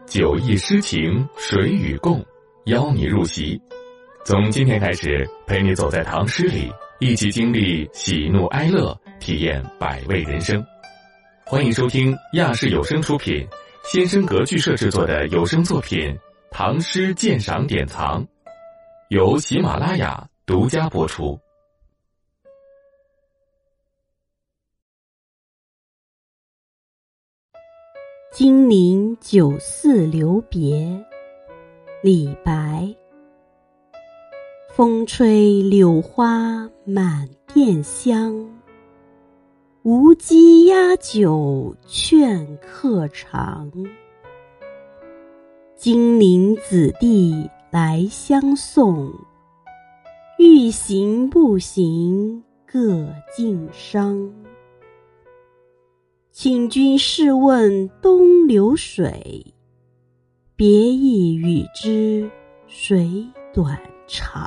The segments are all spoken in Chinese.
酒意诗情，水与共，邀你入席。从今天开始，陪你走在唐诗里，一起经历喜怒哀乐，体验百味人生。欢迎收听亚视有声出品，先声格剧社制作的有声作品《唐诗鉴赏典藏》，由喜马拉雅独家播出。 金陵酒肆留别，李白。风吹柳花满店香，无鸡压酒劝客尝。金陵子弟来相送，欲行不行各尽觞。请君试问东流水，别意与之谁短长？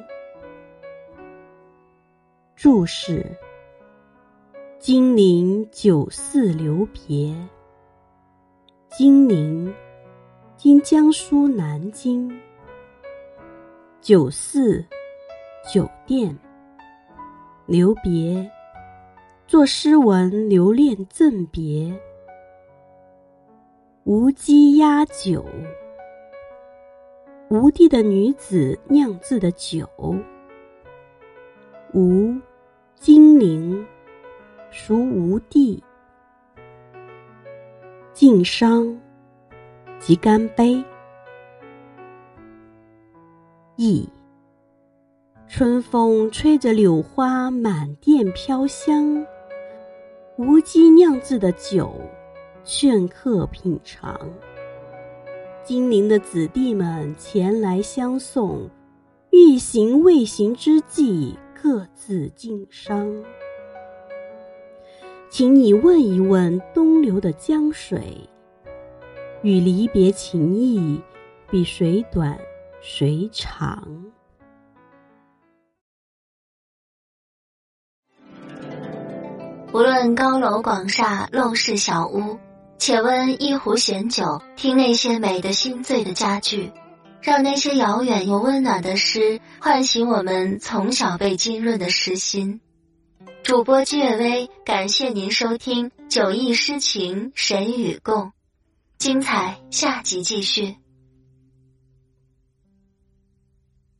注释：金陵酒肆留别。金陵，今江苏南京。酒肆，酒店。留别，作诗文留恋赠别。无鸡压酒，吴地的女子酿制的酒。吴，金陵，属吴地。尽觞，即干杯。意：春风吹着柳花满店飘香，吴姬酿制的酒劝客品尝。金陵的子弟们前来相送，欲行未行之际各自尽觞。请你问一问东流的江水，与离别情谊比谁短谁长？ 无论高楼广厦，陋室小屋，且温一壶闲酒，听那些美得心醉的佳句，让那些遥远又温暖的诗唤醒我们从小被浸润的诗心。主播姬月微，感谢您收听酒意诗情，谁与共。精彩下集继续。